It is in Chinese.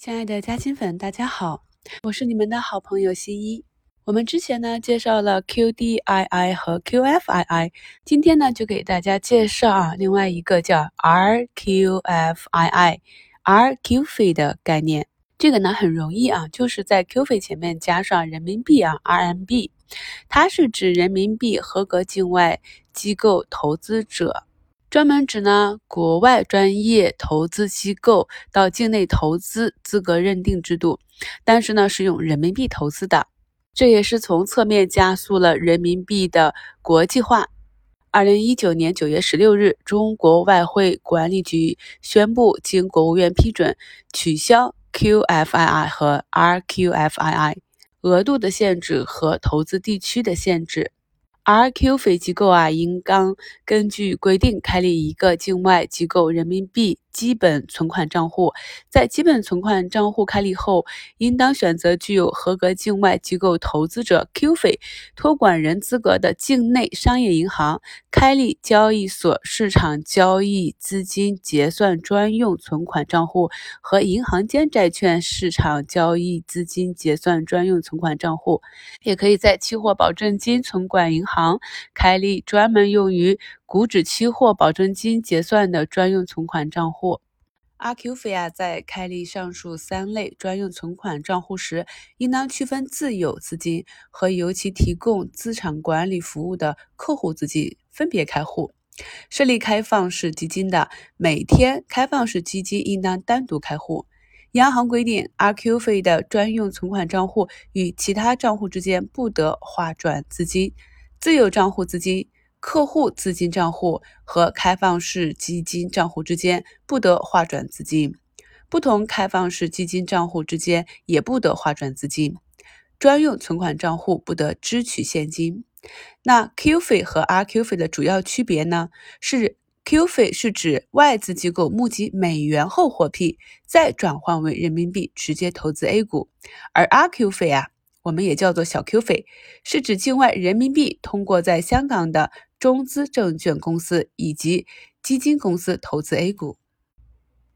亲爱的嘉兴粉，大家好，我是你们的好朋友西一。我们之前呢介绍了 QDII 和 QFII， 今天呢就给大家介绍另外一个叫 RQFII、RQFII 的概念。这个呢很容易就是在 QFII 前面加上人民币RMB， 它是指人民币合格境外机构投资者。专门指呢国外专业投资机构到境内投资资格认定制度，但是呢是用人民币投资的，这也是从侧面加速了人民币的国际化。2019年9月16日，中国外汇管理局宣布，经国务院批准，取消 QFII 和 RQFII 额度的限制和投资地区的限制。RQFII 机构应当根据规定开立一个境外机构人民币基本存款账户，在基本存款账户开立后，应当选择具有合格境外机构投资者 QFII 托管人资格的境内商业银行，开立交易所市场交易资金结算专用存款账户和银行间债券市场交易资金结算专用存款账户，也可以在期货保证金存管银行开立专门用于股指期货保证金结算的专用存款账户。RQFII 在开立上述3类专用存款账户时，应当区分自有资金和由其提供资产管理服务的客户资金分别开户。设立开放式基金的，每天开放式基金应当单独开户。央行规定 RQFII 的专用存款账户与其他账户之间不得划转资金，自有账户资金、客户资金账户和开放式基金账户之间不得划转资金，不同开放式基金账户之间也不得划转资金，专用存款账户不得支取现金。那 QFII 和 RQFII 的主要区别呢，是 QFII 是指外资机构募集美元后获批，再转换为人民币直接投资 A 股，而 RQFII我们也叫做小 QFII， 是指境外人民币通过在香港的中资证券公司以及基金公司投资 A 股。